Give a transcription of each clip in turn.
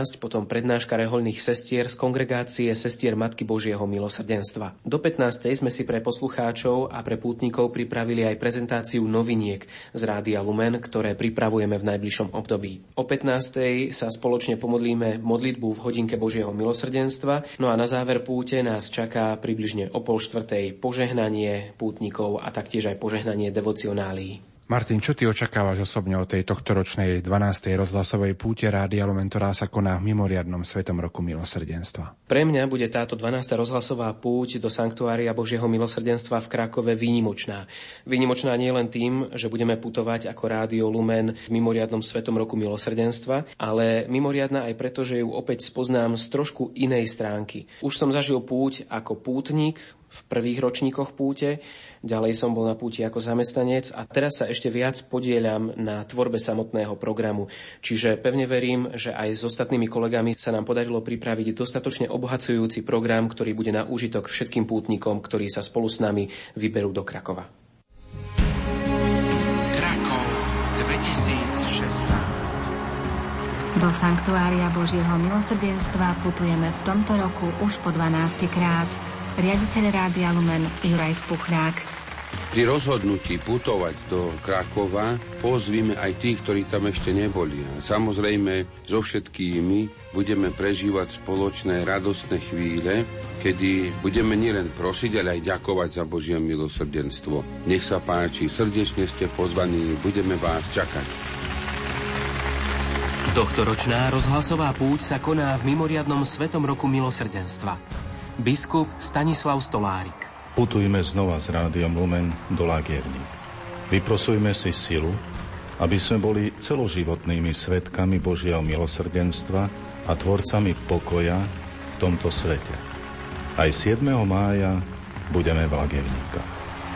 potom prednáška rehoľných sestier z kongregácie Sestier Matky Božieho milosrdenstva. Do 15. sme si pre poslucháčov a pre pútnikov pripravili aj prezentáciu noviniek z Rádia Lumen, ktoré pripravujeme v najbližšom období. O 15. sa spoločne pomodlíme modlitbu v hodinke Božieho milosrdenstva, no a na záver púte nás čaká približne o 3:30 požehnanie pútnikov a taktiež aj požehnanie devocionálií. Martin, čo ty očakávaš osobne od tej tohtoročnej 12. rozhlasovej púte Rádia Lumen, ktorá sa koná v mimoriadnom Svetom roku milosrdenstva? Pre mňa bude táto 12. rozhlasová púť do Sanktuária Božieho milosrdenstva v Krakove výnimočná. Výnimočná nie len tým, že budeme putovať ako Rádio Lumen v mimoriadnom Svetom roku milosrdenstva, ale mimoriadna aj preto, že ju opäť spoznám z trošku inej stránky. Už som zažil púť ako pútnik v prvých ročníkoch púte, ďalej som bol na púti ako zamestnanec a teraz sa ešte viac podieľam na tvorbe samotného programu. Čiže pevne verím, že aj s ostatnými kolegami sa nám podarilo pripraviť dostatočne obohacujúci program, ktorý bude na úžitok všetkým pútnikom, ktorí sa spolu s nami vyberú do Krakova. Krakov 2016. Do Sanktuária Božieho milosrdenstva putujeme v tomto roku už po 12. krát. Riaditeľ Rádia Lumen Juraj Spuchlák. Pri rozhodnutí putovať do Krakova pozvíme aj tých, ktorí tam ešte neboli. A samozrejme, so všetkými budeme prežívať spoločné radostné chvíle, kedy budeme nielen prosiť, ale aj ďakovať za Božie milosrdenstvo. Nech sa páči, srdečne ste pozvaní, budeme vás čakať. Tohtoročná rozhlasová púť sa koná v mimoriadnom Svetom roku milosrdenstva. Biskup Stanislav Stolárik. Putujme znova s Rádiom Lumen do Lagierník. Vyprosujme si silu, aby sme boli celoživotnými svedkami Božieho milosrdenstva a tvorcami pokoja v tomto svete. Aj 7. mája budeme v Lagierníkach.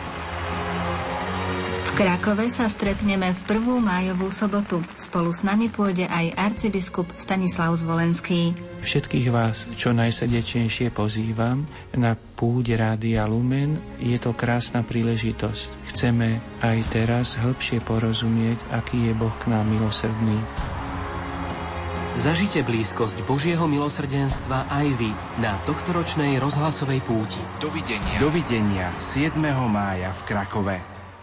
V Krakove sa stretneme v 1. májovú sobotu. Spolu s nami pôjde aj arcibiskup Stanislav Zvolenský. Všetkých vás čo najsrdečnejšie pozývam na púť Rádia Lumen. Je to krásna príležitosť. Chceme aj teraz hĺbšie porozumieť, aký je Boh k nám milosrdný. Zažite blízkosť Božieho milosrdenstva aj vy na tohtoročnej rozhlasovej púti. Dovidenia 7. mája v Krakove.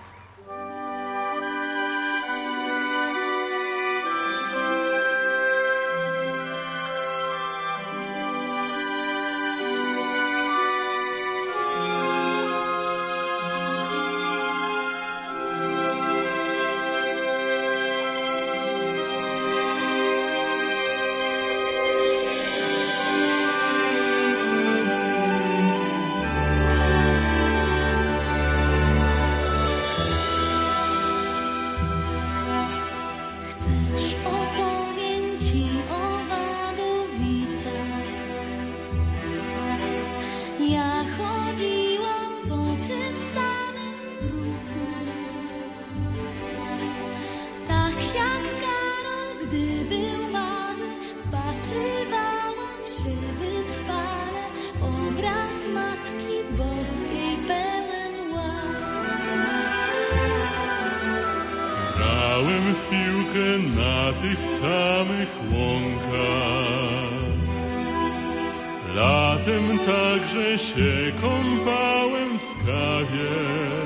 Latem także się kąpałem w skawie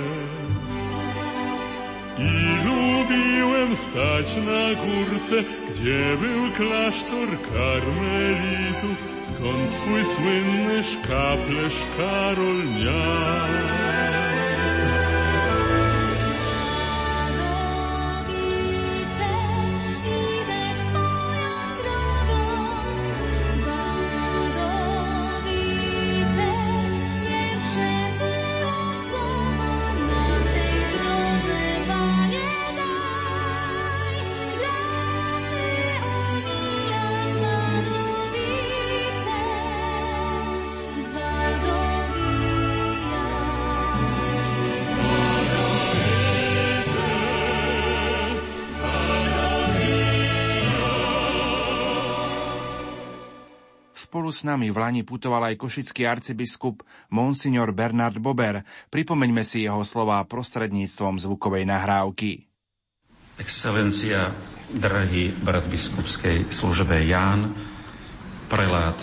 i lubiłem stać na górce, gdzie był klasztor karmelitów, skąd swój słynny szkaplerz Karol miał. Spolu s nami v Lani putoval aj košický arcibiskup Monsignor Bernard Bober. Pripomeňme si jeho slová prostredníctvom zvukovej nahrávky. Excelencia, drahý brat biskupskej službe Ján, prelát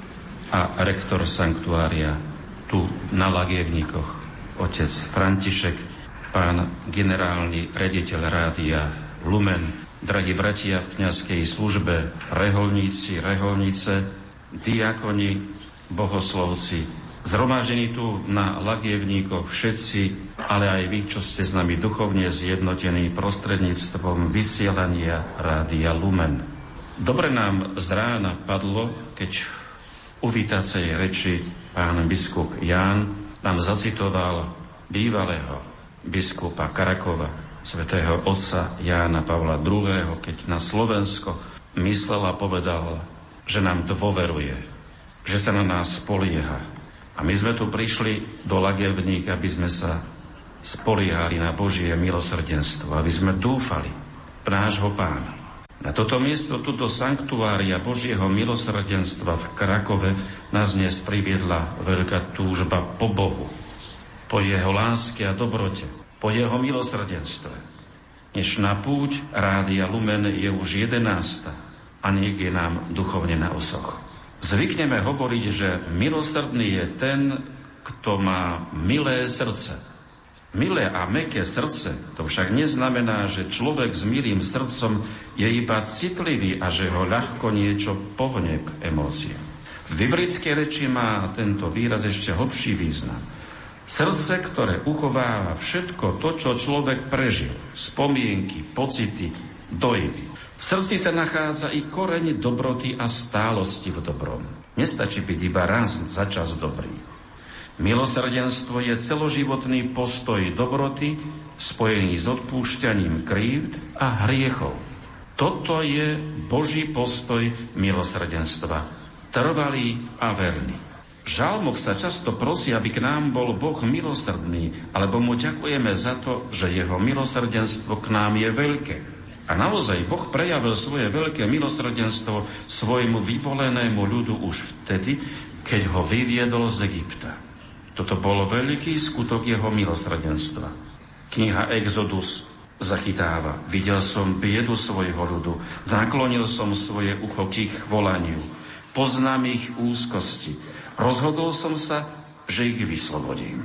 a rektor sanktuária tu na Lagievníkoch, otec František, pán generálny riaditeľ rádia Lumen, drahí bratia v kňazskej službe, reholníci, reholnice, diakoni, bohoslovci, zhromaždení tu na Lagievníkoch všetci, ale aj vy, čo ste s nami duchovne zjednotení prostredníctvom vysielania rádia Lumen. Dobre nám z rána padlo, keď v uvítacej reči pán biskup Ján nám zacitoval bývalého biskupa Krakova, svätého otca Jána Pavla II., keď na Slovensko myslel a povedal, že nám dôveruje, že sa na nás spolieha. A my sme tu prišli do Lagievník, aby sme sa spoliehali na Božie milosrdenstvo, aby sme dúfali v nášho Pána. Na toto miesto, tuto sanktuária Božieho milosrdenstva v Krakove nás dnes priviedla veľká túžba po Bohu, po jeho láske a dobrote, po jeho milosrdenstve. Dnešná púť rádia Lumen je už 11. a nech je nám duchovne na osoch. Zvykneme hovoriť, že milosrdný je ten, kto má milé srdce. Milé a mäkké srdce, to však neznamená, že človek s milým srdcom je iba citlivý a že ho ľahko niečo pohne k emóciám. V biblickej reči má tento výraz ešte hlbší význam. Srdce, ktoré uchováva všetko to, čo človek prežil, spomienky, pocity, dojmy. V srdci sa nachádza i koreň dobroty a stálosti v dobrom. Nestačí byť iba raz za čas dobrý. Milosrdenstvo je celoživotný postoj dobroty, spojený s odpúšťaním krívd a hriechov. Toto je Boží postoj milosrdenstva, trvalý a verný. V žalmoch sa často prosí, aby k nám bol Boh milosrdný, alebo mu ďakujeme za to, že jeho milosrdenstvo k nám je veľké. A naozaj Boh prejavil svoje veľké milosrdenstvo svojmu vyvolenému ľudu už vtedy, keď ho vyviedol z Egypta. Toto bol veľký skutok jeho milosrdenstva. Kniha Exodus zachytáva: videl som biedu svojho ľudu, naklonil som svoje ucho k ich volaniu, poznám ich úzkosti, rozhodol som sa, že ich vyslobodím.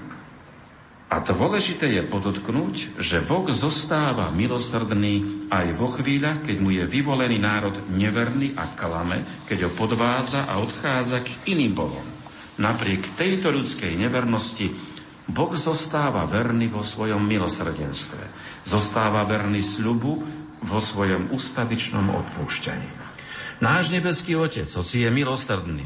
A dôležité je podotknúť, že Boh zostáva milosrdný aj vo chvíľach, keď mu je vyvolený národ neverný a klame, keď ho podvádza a odchádza k iným bohom. Napriek tejto ľudskej nevernosti Boh zostáva verný vo svojom milosrdenstve. Zostáva verný sľubu vo svojom ustavičnom odpúšťaní. Náš nebeský Otec, hoci je milosrdný,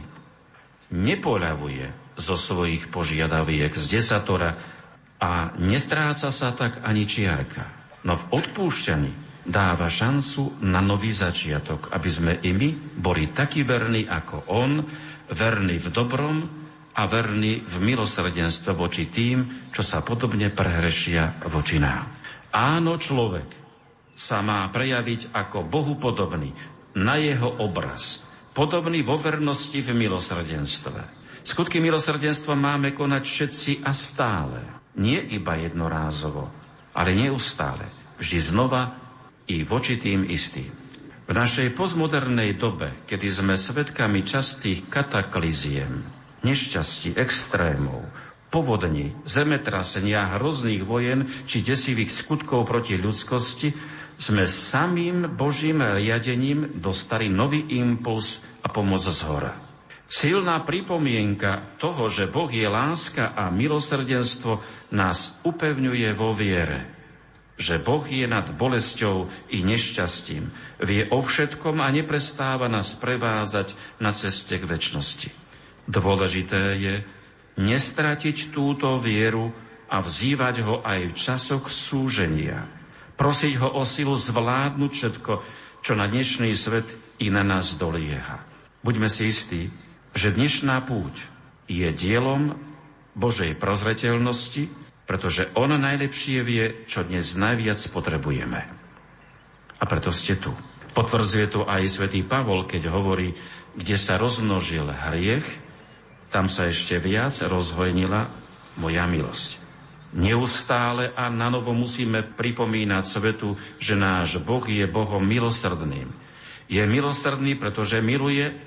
nepoľavuje zo svojich požiadaviek z desatora a nestráca sa tak ani čiarka. No v odpúšťaní dáva šancu na nový začiatok, aby sme i my boli takí verní ako on, verní v dobrom a verní v milosrdenstve voči tým, čo sa podobne prehrešia voči nám. Áno, človek sa má prejaviť ako Bohu podobný, na jeho obraz, podobný vo vernosti v milosrdenstve. Skutky milosrdenstva máme konať všetci a stále. Nie iba jednorázovo, ale neustále, vždy znova i voči tým istým. V našej postmodernej dobe, kedy sme svedkami častých katakliziem, nešťastí, extrémov, povodní, zemetrasenia, hrozných vojen či desivých skutkov proti ľudskosti, sme samým Božím riadením dostali nový impuls a pomoc zhora. Silná pripomienka toho, že Boh je láska a milosrdenstvo, nás upevňuje vo viere, že Boh je nad bolesťou i nešťastím, vie o všetkom a neprestáva nás prevádzať na ceste k večnosti. Dôležité je nestratiť túto vieru a vzývať ho aj v časoch súženia. Prosiť ho o silu zvládnuť všetko, čo na dnešný svet i na nás dolieha. Buďme si istí, že dnešná púť je dielom Božej prozreteľnosti, pretože on najlepšie vie, čo dnes najviac potrebujeme. A preto ste tu. Potvrdzuje to aj svätý Pavol, keď hovorí, kde sa rozmnožil hriech, tam sa ešte viac rozhojnila moja milosť. Neustále a nanovo musíme pripomínať svetu, že náš Boh je Bohom milosrdným. Je milosrdný, pretože miluje, a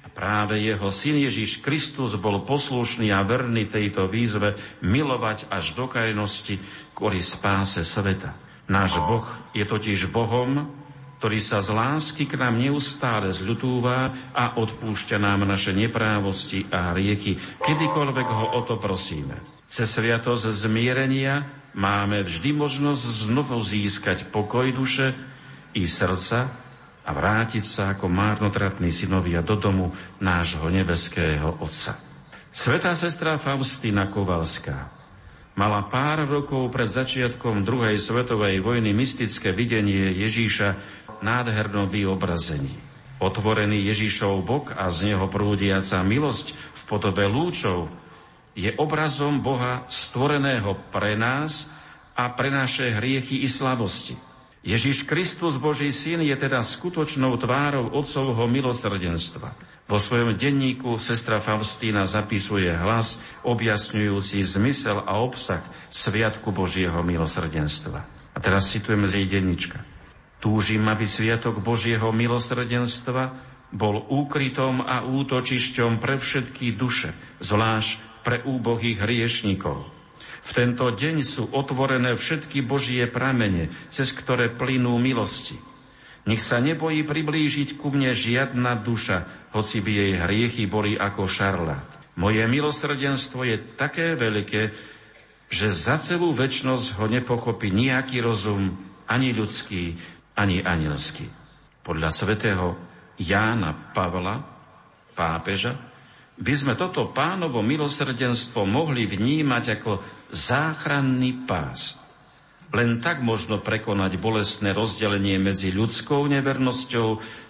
Práve jeho syn Ježiš Kristus bol poslušný a verný tejto výzve milovať až do krajnosti kvôli spáse sveta. Náš Boh je totiž Bohom, ktorý sa z lásky k nám neustále zľutúva a odpúšťa nám naše neprávosti a hriechy, kedykoľvek ho o to prosíme. Cez sviatosť zmierenia máme vždy možnosť znovu získať pokoj duše i srdca a vrátiť sa ako márnotratní synovia do domu nášho nebeského Otca. Svätá sestra Faustína Kovalská mala pár rokov pred začiatkom druhej svetovej vojny mystické videnie Ježíša v nádhernom vyobrazení. Otvorený Ježíšov bok a z neho prúdiaca milosť v podobe lúčov je obrazom Boha stvoreného pre nás a pre naše hriechy i slabosti. Ježiš Kristus, Boží syn, je teda skutočnou tvárou Otcovho milosrdenstva. Vo svojom denníku sestra Faustína zapisuje hlas objasňujúci zmysel a obsah Sviatku Božieho milosrdenstva. A teraz citujeme z jej denníčka. Túžim, aby Sviatok Božieho milosrdenstva bol úkrytom a útočišťom pre všetky duše, zvlášť pre úbohých hriešnikov. V tento deň sú otvorené všetky Božie pramene, cez ktoré plynú milosti. Nech sa nebojí priblížiť ku mne žiadna duša, hoci by jej hriechy boli ako šarlát. Moje milosrdenstvo je také veľké, že za celú večnosť ho nepochopí nejaký rozum, ani ľudský, ani anielský. Podľa svätého Jána Pavla, pápeža, by sme toto Pánovo milosrdenstvo mohli vnímať ako záchranný pás. Len tak možno prekonať bolestné rozdelenie medzi ľudskou nevernosťou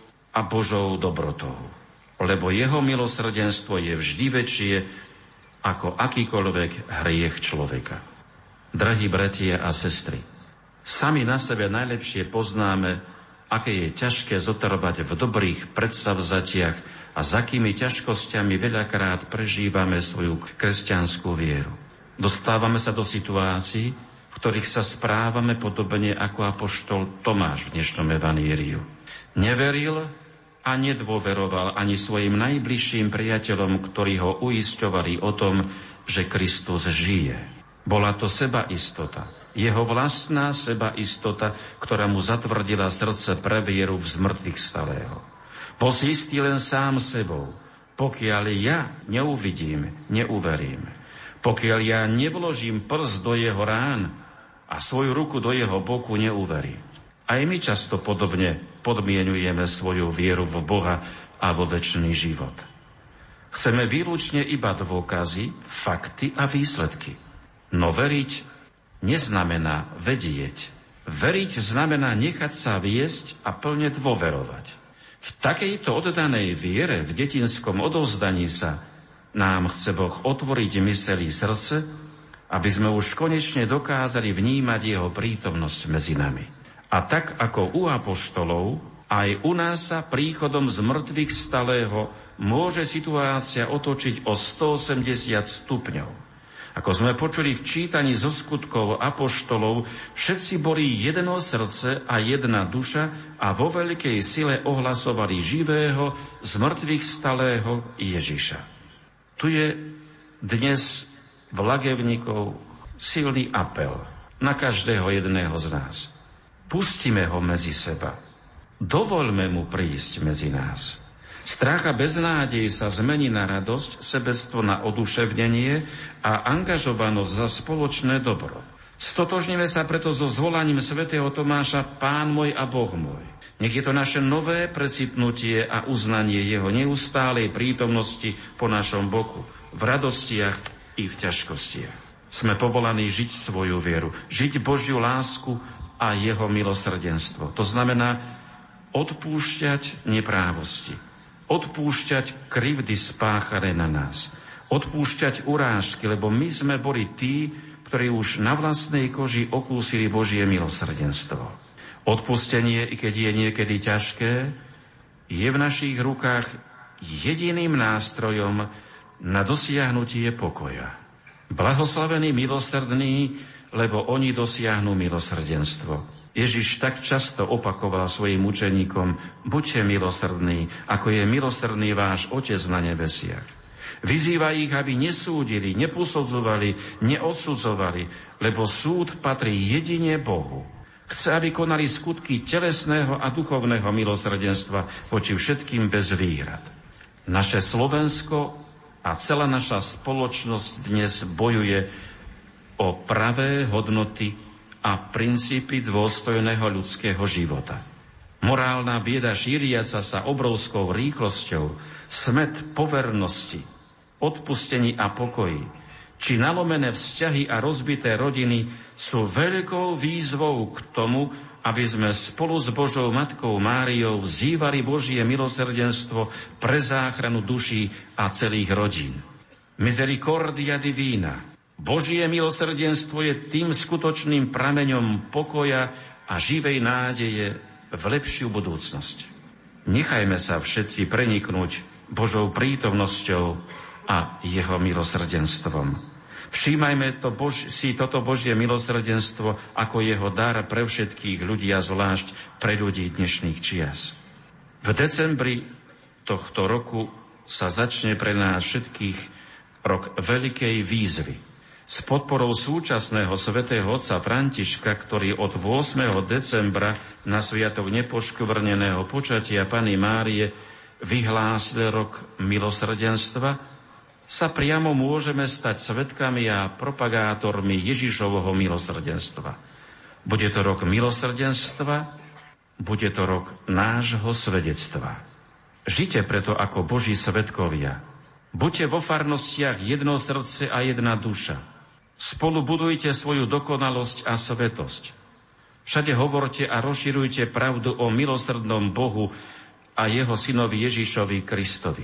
a Božou dobrotou. Lebo jeho milosrdenstvo je vždy väčšie ako akýkoľvek hriech človeka. Drahí bratia a sestry, sami na sebe najlepšie poznáme, aké je ťažké zotrvať v dobrých predsavzatiach a s akými ťažkosťami veľakrát prežívame svoju kresťanskú vieru. Dostávame sa do situácií, v ktorých sa správame podobne ako apoštol Tomáš v dnešnom evanjeliu. Neveril a nedôveroval ani svojim najbližším priateľom, ktorí ho uisťovali o tom, že Kristus žije. Bola to sebaistota, jeho vlastná sebaistota, ktorá mu zatvrdila srdce pre vieru v zmrtvých stalého. Bol si istý len sám sebou. Pokiaľ ja neuvidím, neuverím. Pokiaľ ja nevložím prst do jeho rán a svoju ruku do jeho boku, neuverím. Aj my často podobne podmienujeme svoju vieru v Boha a vo večný život. Chceme výlučne iba dôkazy, fakty a výsledky. No veriť neznamená vedieť. Veriť znamená nechať sa viesť a plne dôverovať. V takejto oddanej viere, v detinskom odovzdaní sa, nám chce Boh otvoriť myseľ i srdce, aby sme už konečne dokázali vnímať jeho prítomnosť medzi nami. A tak ako u apoštolov, aj u nás sa príchodom z mŕtvych stalého môže situácia otočiť o 180 stupňov. Ako sme počuli v čítaní zo skutkov apoštolov, všetci boli jedno srdce a jedna duša a vo veľkej sile ohlasovali živého, z mŕtvych stalého Ježiša. Tu je dnes v Lagevníkoch silný apel na každého jedného z nás. Pustíme ho medzi seba. Dovoľme mu prísť medzi nás. Strach a beznádej sa zmení na radosť, sebectvo na oduševnenie a angažovanosť za spoločné dobro. Stotožníme sa preto so zvolaním svätého Tomáša Pán môj a Boh môj. Nech je to naše nové precitnutie a uznanie jeho neustálej prítomnosti po našom boku, v radostiach i v ťažkostiach. Sme povolaní žiť svoju vieru, žiť Božiu lásku a jeho milosrdenstvo. To znamená odpúšťať neprávosti, odpúšťať krivdy spáchané na nás, odpúšťať urážky, lebo my sme boli tí, ktorí už na vlastnej koži okúsili Božie milosrdenstvo. Odpustenie, i keď je niekedy ťažké, je v našich rukách jediným nástrojom na dosiahnutie pokoja. Blahoslavení milosrdní, lebo oni dosiahnu milosrdenstvo. Ježiš tak často opakoval svojim učeníkom: buďte milosrdní, ako je milosrdný váš Otec na nebesiach. Vyzýva ich, aby nesúdili, neposudzovali, neodsudzovali, lebo súd patrí jedine Bohu. Chce, aby konali skutky telesného a duchovného milosrdenstva voči všetkým bez výhrad. Naše Slovensko a celá naša spoločnosť dnes bojuje o pravé hodnoty a princípy dôstojného ľudského života. Morálna bieda šíriaca sa obrovskou rýchlosťou, smäd povernosti, odpustení a pokoji, či nalomené vzťahy a rozbité rodiny sú veľkou výzvou k tomu, aby sme spolu s Božou Matkou Máriou vzývali Božie milosrdenstvo pre záchranu duší a celých rodín. Misericordia divina. Božie milosrdenstvo je tým skutočným prameňom pokoja a živej nádeje v lepšiu budúcnosť. Nechajme sa všetci preniknúť Božou prítomnosťou a jeho milosrdenstvom. Všímajme si toto Božie milosrdenstvo ako jeho dar pre všetkých ľudí a zvlášť pre ľudí dnešných čias. V decembri tohto roku sa začne pre nás všetkých rok veľkej výzvy. S podporou súčasného svätého otca Františka, ktorý od 8. decembra na sviatok nepoškvrneného počatia Panny Márie vyhlásil rok milosrdenstva, sa priamo môžeme stať svedkami a propagátormi Ježišovho milosrdenstva. Bude to rok milosrdenstva, bude to rok nášho svedectva. Žite preto ako Boží svedkovia. Buďte vo farnostiach jedno srdce a jedna duša. Spolu budujte svoju dokonalosť a svetosť. Všade hovorte a rozširujte pravdu o milosrdnom Bohu a jeho synovi Ježišovi Kristovi.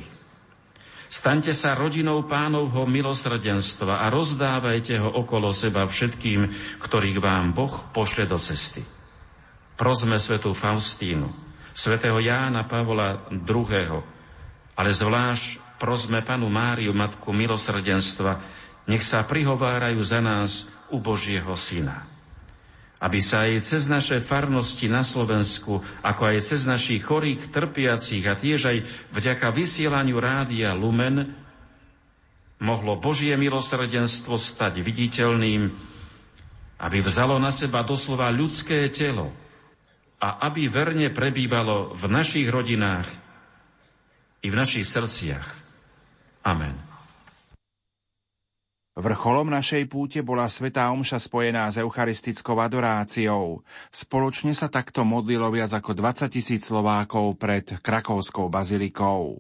Staňte sa rodinou Pánovho milosrdenstva a rozdávajte ho okolo seba všetkým, ktorých vám Boh pošle do cesty. Prosme svätú Faustínu, svätého Jána Pavla II., ale zvlášť prosme Pannu Máriu, Matku milosrdenstva, nech sa prihovárajú za nás u Božieho Syna. Aby sa aj cez naše farnosti na Slovensku, ako aj cez našich chorých, trpiacich a tiež aj vďaka vysielaniu Rádia Lumen mohlo Božie milosrdenstvo stať viditeľným, aby vzalo na seba doslova ľudské telo a aby verne prebývalo v našich rodinách i v našich srdciach. Amen. Vrcholom našej púte bola svätá omša spojená s eucharistickou adoráciou. Spoločne sa takto modlilo viac ako 20 000 Slovákov pred Krakovskou bazilikou.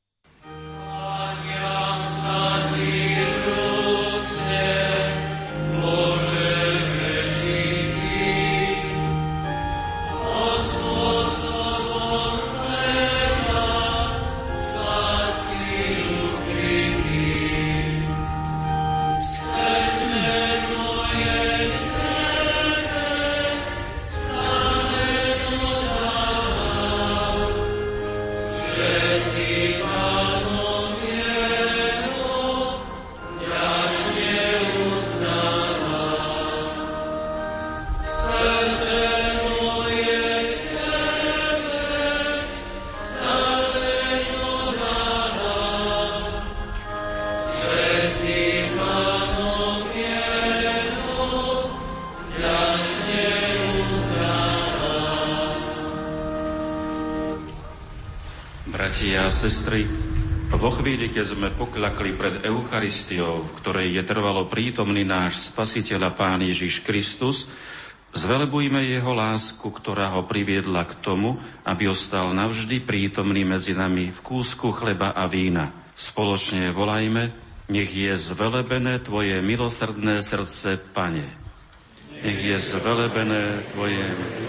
Bratia a sestry, vo chvíli, keď sme poklakli pred Eucharistiou, v ktorej je trvalo prítomný náš Spasiteľ a Pán Ježiš Kristus, zvelebujme jeho lásku, ktorá ho priviedla k tomu, aby ostal navždy prítomný medzi nami v kúsku chleba a vína. Spoločne volajme: nech je zvelebené Tvoje milosrdné srdce, Pane. Nech je zvelebené Tvoje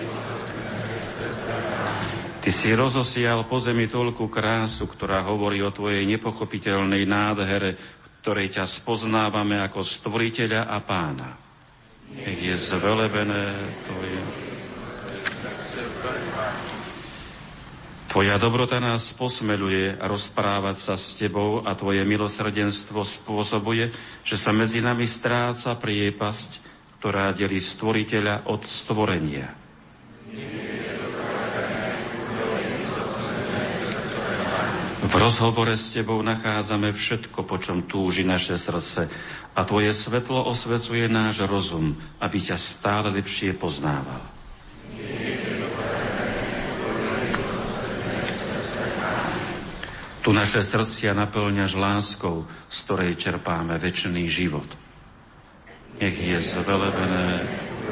Ty si rozosial po zemi toľkú krásu, ktorá hovorí o Tvojej nepochopiteľnej nádhere, ktorej ťa spoznávame ako Stvoriteľa a Pána. Nech je zvelebené Tvoje. Tvoja dobrota nás posmeľuje rozprávať sa s Tebou a Tvoje milosrdenstvo spôsobuje, že sa medzi nami stráca priepasť, ktorá delí Stvoriteľa od stvorenia. V rozhovore s Tebou nachádzame všetko, po čom túži naše srdce, a Tvoje svetlo osvecuje náš rozum, aby ťa stále lepšie poznával. Tu naše srdcia naplňaš láskou, z ktorej čerpáme večný život. Nech je zvelebené.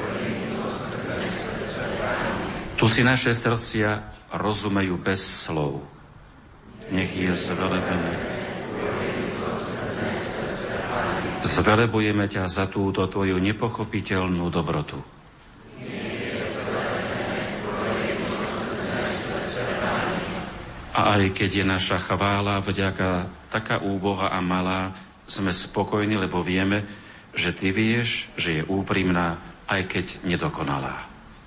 Tu si naše srdcia rozumejú bez slov. Nech je zvelebené. Zvelebujeme ťa za túto Tvoju nepochopiteľnú dobrotu. A aj keď je naša chvála vďaka taká úbohá a malá, sme spokojní, lebo vieme, že Ty vieš, že je úprimná, aj keď nedokonalá.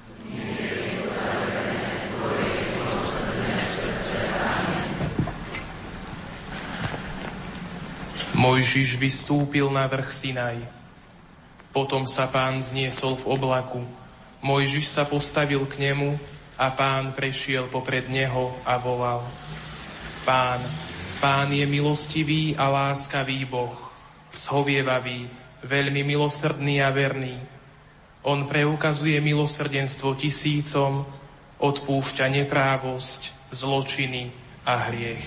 Mojžiš vystúpil na vrch Sinaj. Potom sa Pán zniesol v oblaku. Mojžiš sa postavil k nemu a Pán prešiel popred neho a volal: Pán, Pán je milostivý a láskavý Boh, zhovievavý, veľmi milosrdný a verný. On preukazuje milosrdenstvo tisícom, odpúšťa neprávosť, zločiny a hriech.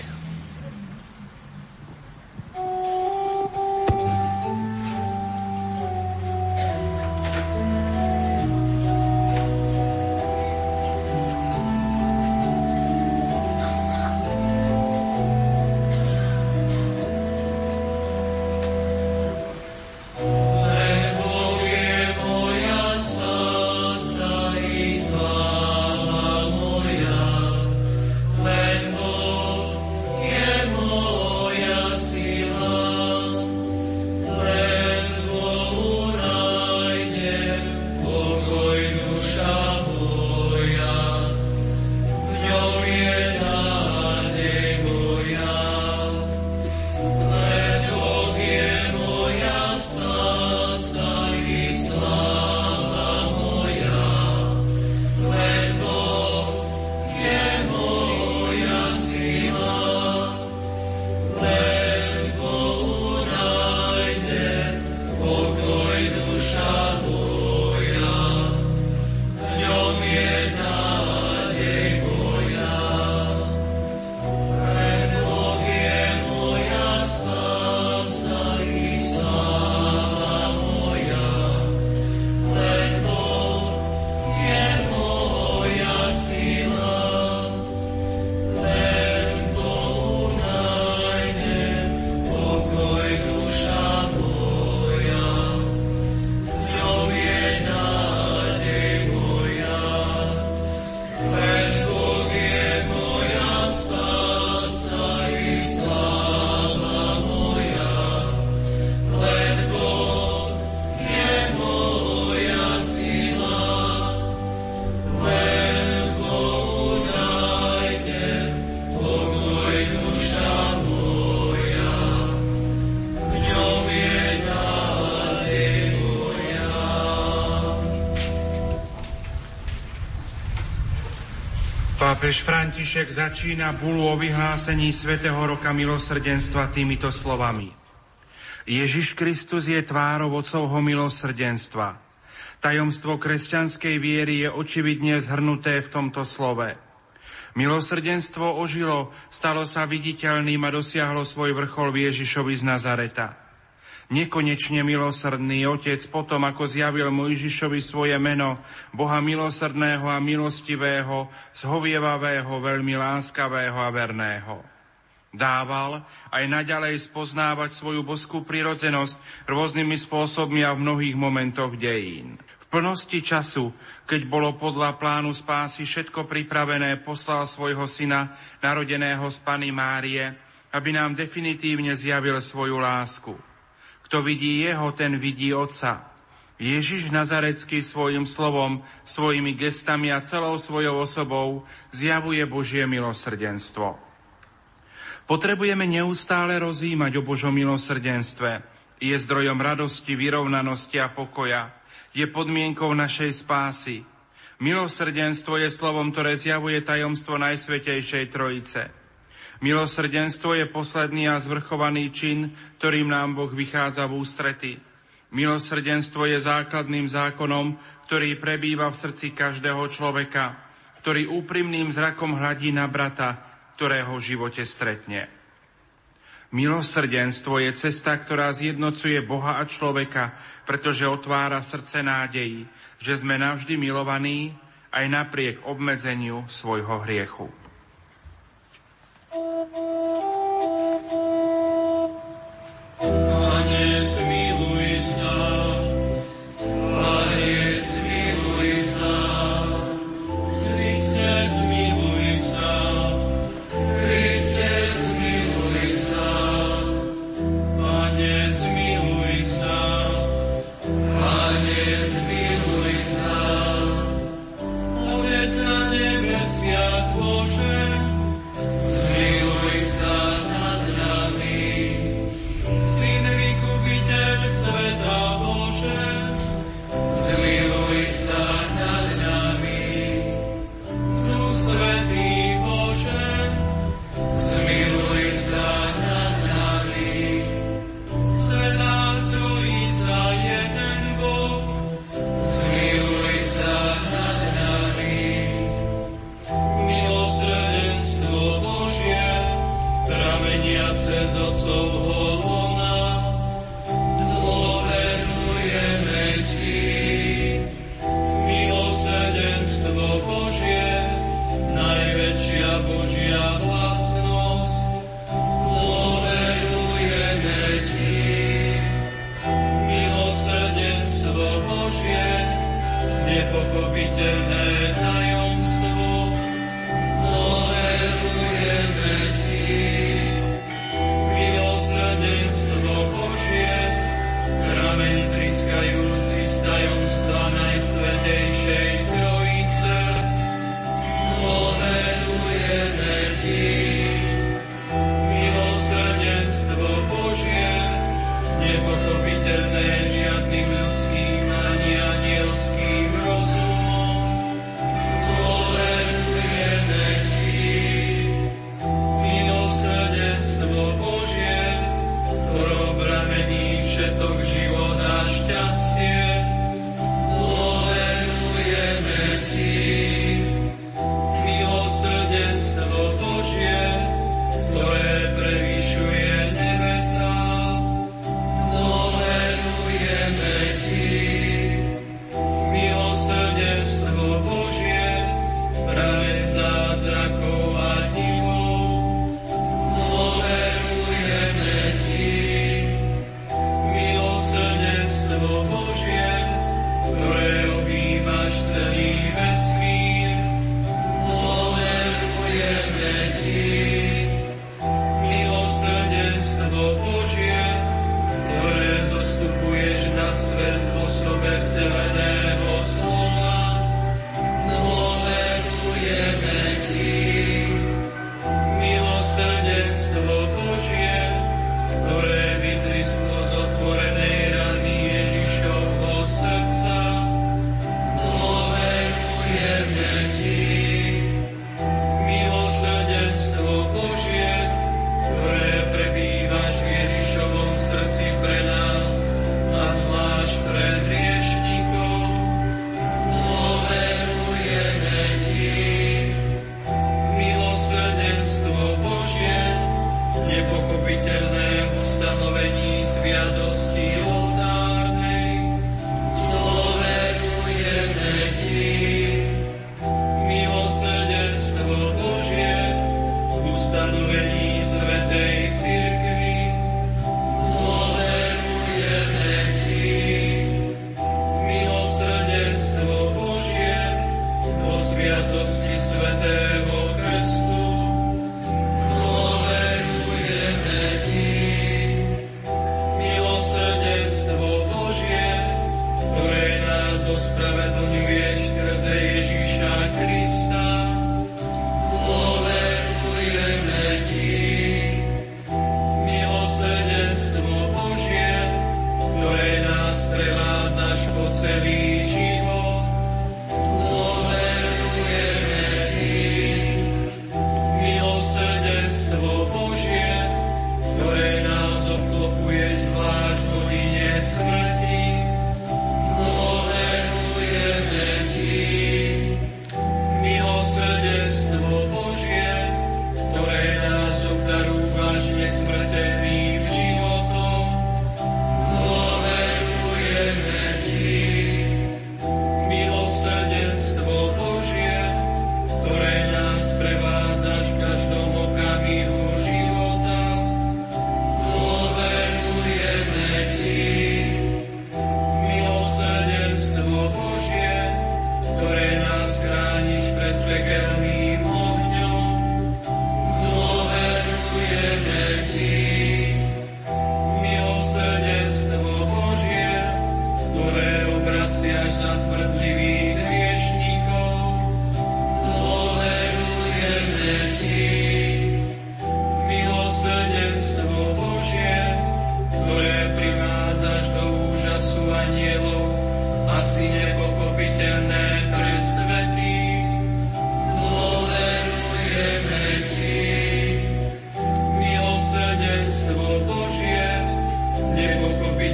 Pápež František začína bulu o vyhlásení svätého roka milosrdenstva týmito slovami. Ježiš Kristus je tvárou Otcovho milosrdenstva. Tajomstvo kresťanskej viery je očividne zhrnuté v tomto slove. Milosrdenstvo ožilo, stalo sa viditeľným a dosiahlo svoj vrchol v Ježišovi z Nazareta. Nekonečne milosrdný Otec potom, ako zjavil Mojžišovi svoje meno, Boha milosrdného a milostivého, zhovievavého, veľmi láskavého a verného. Dával aj naďalej spoznávať svoju božskú prirodzenosť rôznymi spôsobmi a v mnohých momentoch dejín. V plnosti času, keď bolo podľa plánu spásy všetko pripravené, poslal svojho syna, narodeného z Panny Márie, aby nám definitívne zjavil svoju lásku. Kto vidí jeho, ten vidí Otca. Ježiš Nazarecký svojim slovom, svojimi gestami a celou svojou osobou zjavuje Božie milosrdenstvo. Potrebujeme neustále rozjímať o Božom milosrdenstve. Je zdrojom radosti, vyrovnanosti a pokoja. Je podmienkou našej spásy. Milosrdenstvo je slovom, ktoré zjavuje tajomstvo Najsvätejšej Trojice. Milosrdenstvo je posledný a zvrchovaný čin, ktorým nám Boh vychádza v ústrety. Milosrdenstvo je základným zákonom, ktorý prebýva v srdci každého človeka, ktorý úprimným zrakom hľadí na brata, ktorého v živote stretne. Milosrdenstvo je cesta, ktorá zjednocuje Boha a človeka, pretože otvára srdce nádeji, že sme navždy milovaní aj napriek obmedzeniu svojho hriechu. Pane, zmiluj sa. Pane, zmiluj sa. Kriste, zmiluj sa. Kriste, zmiluj sa. Pane, zmiluj sa. Pane, zmiluj sa. Otec na nebesiach, Bože, zmiluj sa nad nami. Syn vykupiteľ sveta, Bože, zmiluj sa nad nami. Duch Svätý, Bože, zmiluj sa nad nami. Svätá Trojica, jeden Boh, zmiluj sa nad nami. Milosrdenstvo Božie, prameniace z Otcovho lona, dôverujeme Ti. Milosrdenstvo Božie, najväčšia Božia vlastnosť, dôverujeme Ti. Milosrdenstvo Božie, nepochopiteľné tajomstvo, dôverujeme Ti. Milosrdenstvo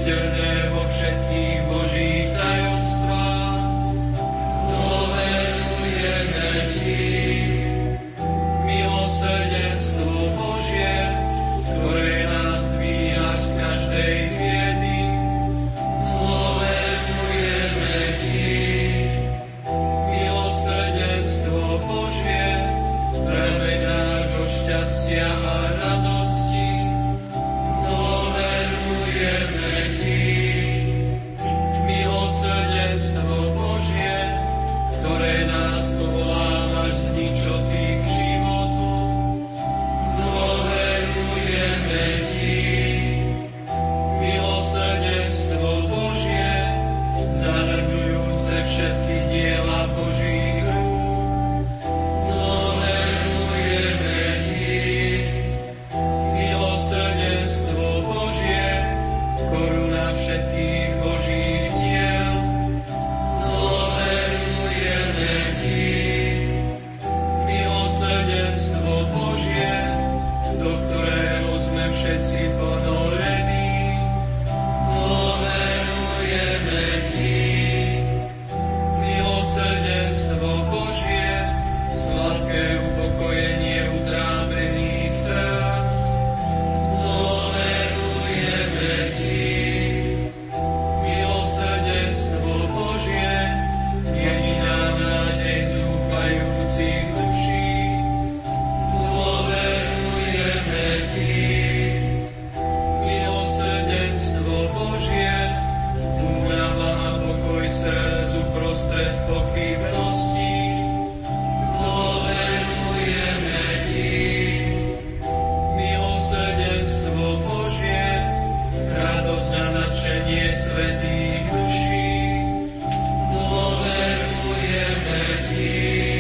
neviditeľné vo všetkých Božích tajomstvách. Dôverujeme Ti, milosrdenstvo Božie, ktoré nás dvíhaš z každej biedy. Dôverujeme Ti, milosrdenstvo Božie, premenáš do šťastia a radosti. Dôverujeme Ti, milosrdenstvo Božie, ktoré nás povolávaš z ničoty k životu. Dôverujeme Ti, milosrdenstvo Božie, zahrňujúce všetky diela Božích rúk. Dôverujeme Ti, milosrdenstvo Božie, koruna všetkých Božích diel. Dôverujeme Ti, milosrdenstvo Božie, do ktorého sme všetci ponorení. Dôverujeme Ti, milosrdenstvo Božie, sladké upokojenie utrápených srdc. Dôverujeme Ti, milosrdenstvo Božie, jediná nádej zúfajúcich duší. Dôverujeme Ti, milosrdenstvo Božie, úľava a pokoj srdcu prostred pochybností. Dôverujeme Ti, milosrdenstvo Božie, radosť a nadšenie svätých duší. Dôverujeme Ti,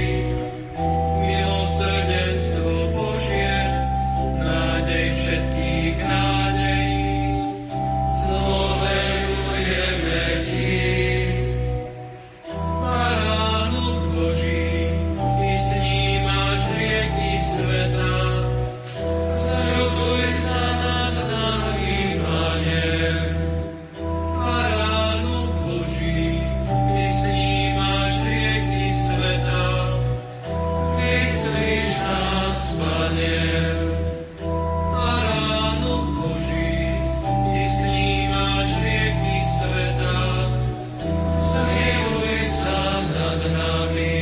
milosrdenstvo Božie, nádej všetkých nádejí. Dôverujeme Ti, Baránok Boží, Ty snímaš hriechy sveta. Zľutuj sa nad nami, Pane. Baránok Boží, Ty snímaš hriechy sveta. Vyslíš nás, Pane. Baránok Boží, Ty snímaš hriechy sveta. Zmiluj sa nad nami.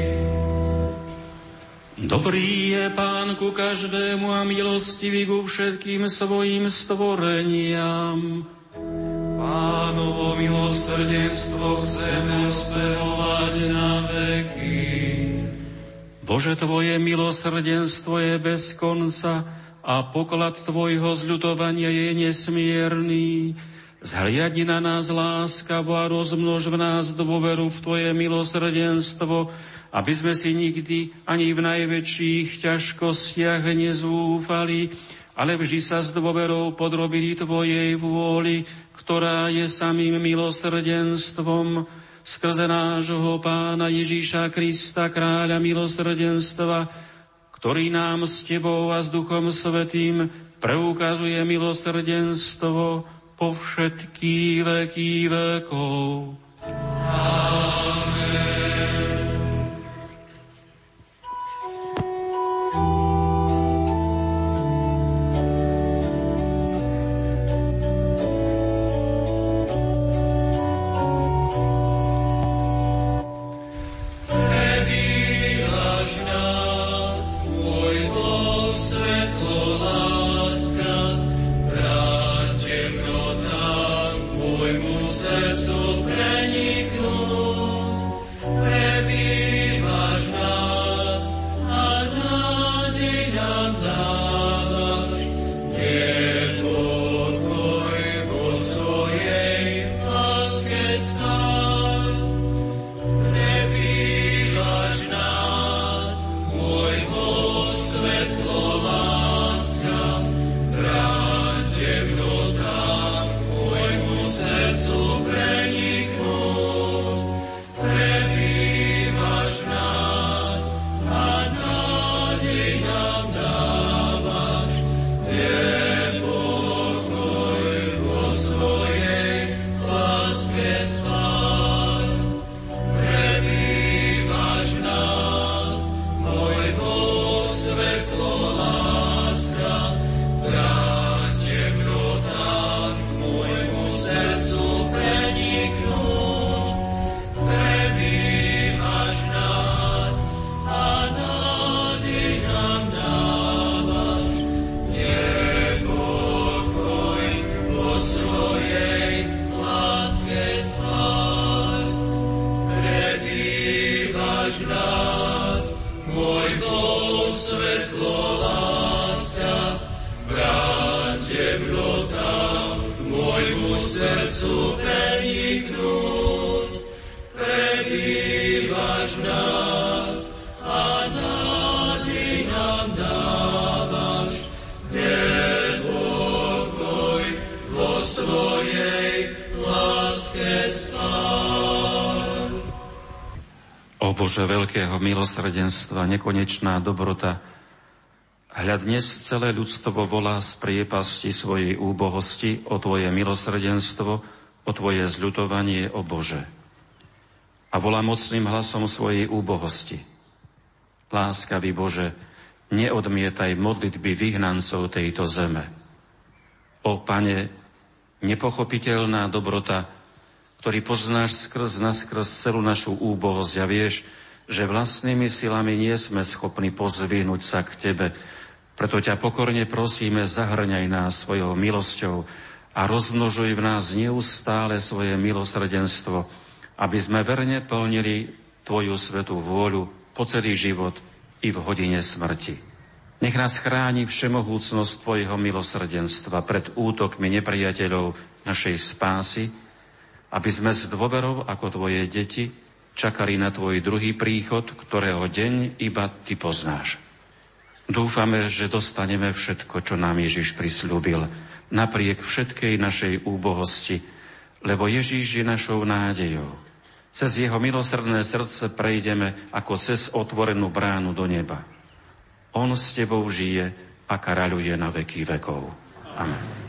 Dobrý je Pán ku každému a milostivý ku všetkým svojim stvoreniam. Pánovo milosrdenstvo chceme spevovať na veky. Bože, Tvoje milosrdenstvo je bez konca a poklad Tvojho zľutovania je nesmierný. Zhliadni na nás láskavo a rozmnož v nás dôveru v Tvoje milosrdenstvo, aby sme si nikdy ani v najväčších ťažkostiach nezúfali, ale vždy sa s dôverou podrobili Tvojej vôli, ktorá je samým milosrdenstvom, skrze nášho Pána Ježíša Krista, kráľa milosrdenstva, ktorý nám s Tebou a s Duchom Svätým preukazuje milosrdenstvo po všetky veky vekov. Srdcu pre srdcu preniknúť. Prebývaš v nás a nádej nám dávaš, nepokoj vo svojej láske spáť. O Bože veľkého milosrdenstva, nekonečná dobrota, hľa dnes celé ľudstvo volá z priepasti svojej úbohosti o Tvoje milosrdenstvo, o Tvoje zľutovanie, o Bože. A volá mocným hlasom svojej úbohosti. Láskavý Bože, neodmietaj modlitby vyhnancov tejto zeme. O Pane, nepochopiteľná dobrota, ktorý poznáš naskrz celú našu úbohosť a vieš, že vlastnými silami nie sme schopní pozvihnúť sa k Tebe. Preto ťa pokorne prosíme, zahrňaj nás svojou milosťou a rozmnožuj v nás neustále svoje milosrdenstvo, aby sme verne plnili Tvoju svätú vôľu po celý život i v hodine smrti. Nech nás chráni všemohúcnosť Tvojho milosrdenstva pred útokmi nepriateľov našej spásy, aby sme s dôverou ako Tvoje deti čakali na Tvoj druhý príchod, ktorého deň iba Ty poznáš. Dúfame, že dostaneme všetko, čo nám Ježiš prisľúbil, napriek všetkej našej úbohosti, lebo Ježiš je našou nádejou. Cez jeho milosrdné srdce prejdeme ako cez otvorenú bránu do neba. On s Tebou žije a kráľuje na veky vekov. Amen.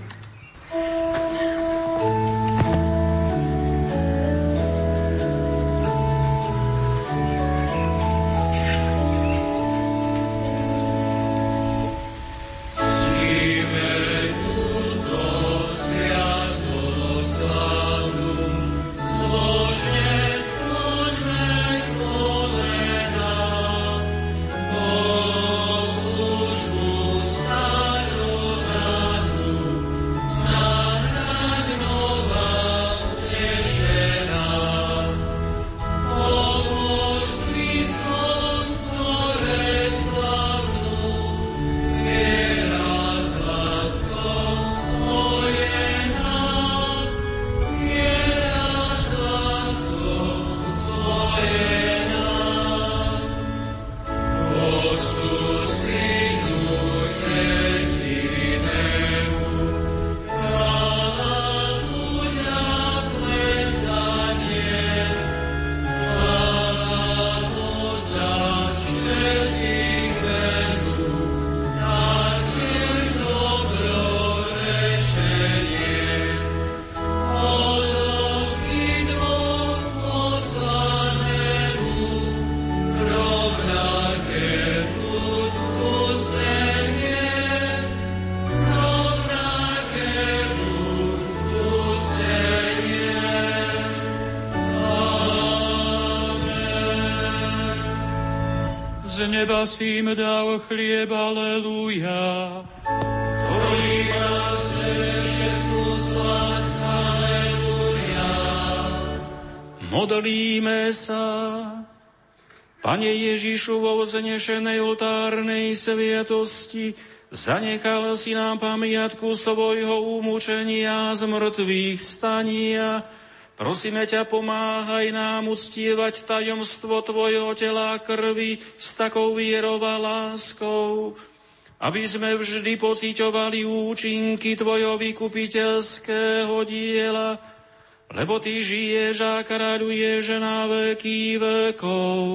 Z neba si im dal chlieb, aleluja. Ktorý nás všetku spás, aleluja. Modlíme sa. Pane Ježišu, vo vznešenej oltárnej sviatosti zanechal si nám pamiatku svojho umúčenia z mŕtvych stania. Prosíme ťa, pomáhaj nám uctievať tajomstvo Tvojho tela a krvi s takou vierou a láskou, aby sme vždy pociťovali účinky Tvojho vykupiteľského diela, lebo Ty žiješ a kráľuješ na veky vekov.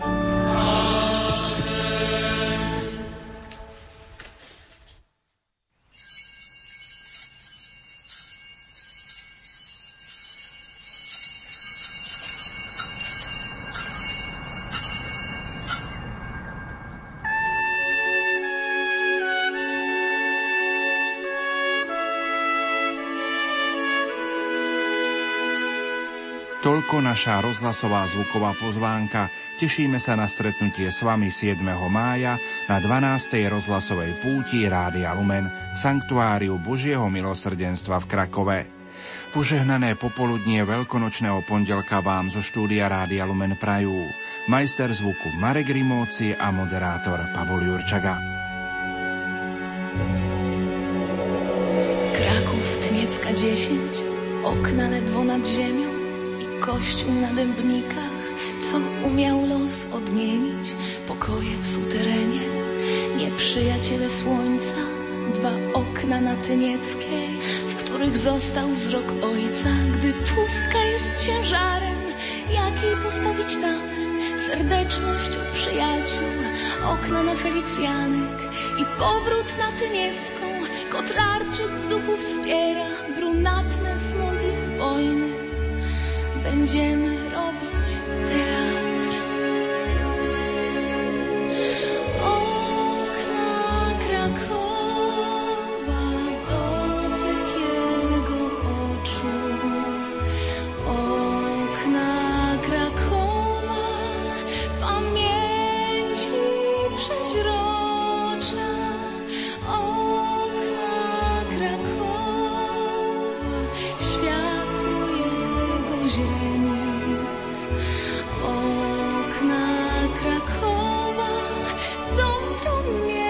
Toľko naša rozhlasová zvuková pozvánka. Tešíme sa na stretnutie s vami 7. mája na 12. rozhlasovej púti Rádia Lumen v Sanktuáriu Božieho milosrdenstva v Krakove. Požehnané popoludnie veľkonočného pondelka vám zo štúdia Rádia Lumen prajú majster zvuku Marek Rimóci a moderátor Pavol Jurčaga. Kraków Tniecka 10 Okna ledwo nad ziemią i kościół na dębnikach, co umiał los odmienić, pokoje w suterenie, nieprzyjaciele słońca, 2 okna na Tynieckiej, w których został wzrok ojca, gdy pustka jest ciężarem, jakiej postawić tamę, serdeczność u przyjaciół, okna na Felicjanek i powrót na Tyniecką, kotlarczyk w duchu wspiera brunatne smogi wojny. Będziemy robić teatr. Okna Krakowa, dotyk jego oczu. Okna Krakowa, pamięci przeźrocza. Okna Krakowa, światło jego źrenic. Okna Krakowa, dom promieni.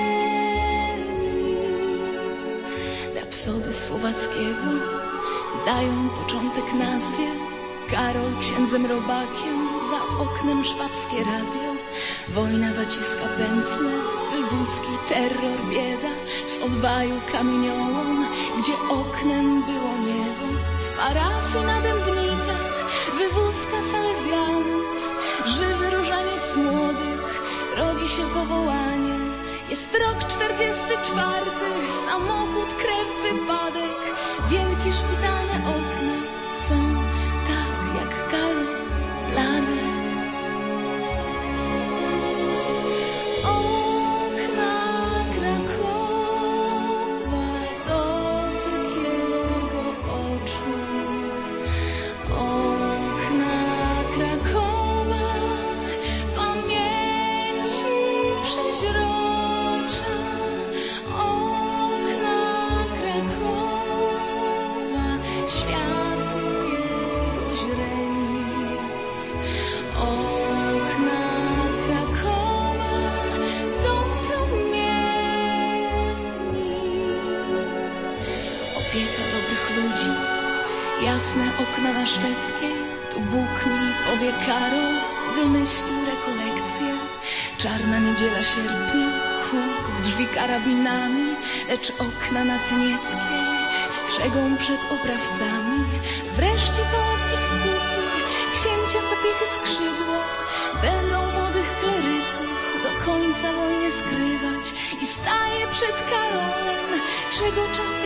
Rapsody Słowackiego dają początek nazwie. Karol księdzem robakiem, za oknem szwabskie radio. Wojna zaciska pętlę, wywózki, terror, bieda. W odwaju kamieniołom, gdzie oknem było niebo. W parafii na dębnikach, wywózka salezjanów. Żywy różaniec młodych, rodzi się powołanie. Jest rok 44, samochód, krew, wypadek. Wielkie szpitalne okna są tak jak Karol blade. Okna Krakowa, dotyk jego oczu. Okna Krakowa, pamięci przeźrocza. Okna Krakowa, światło jego źrenic. Okna Krakowa, dom promieni. Opieka dobrych ludzi, jasne okna na Szwedzkiej. Tu Bóg mi powie, Karol wymyślił rekolekcję. Czarna niedziela sierpnia, huk w drzwi karabinami, lecz okna na Tynieckiej strzegą przed oprawcami. Wreszcie pałac biskupów, księcia Sapiechy skrzydło, będą młodych kleryków do końca wojny skrywać i staje przed Karolem, czego czas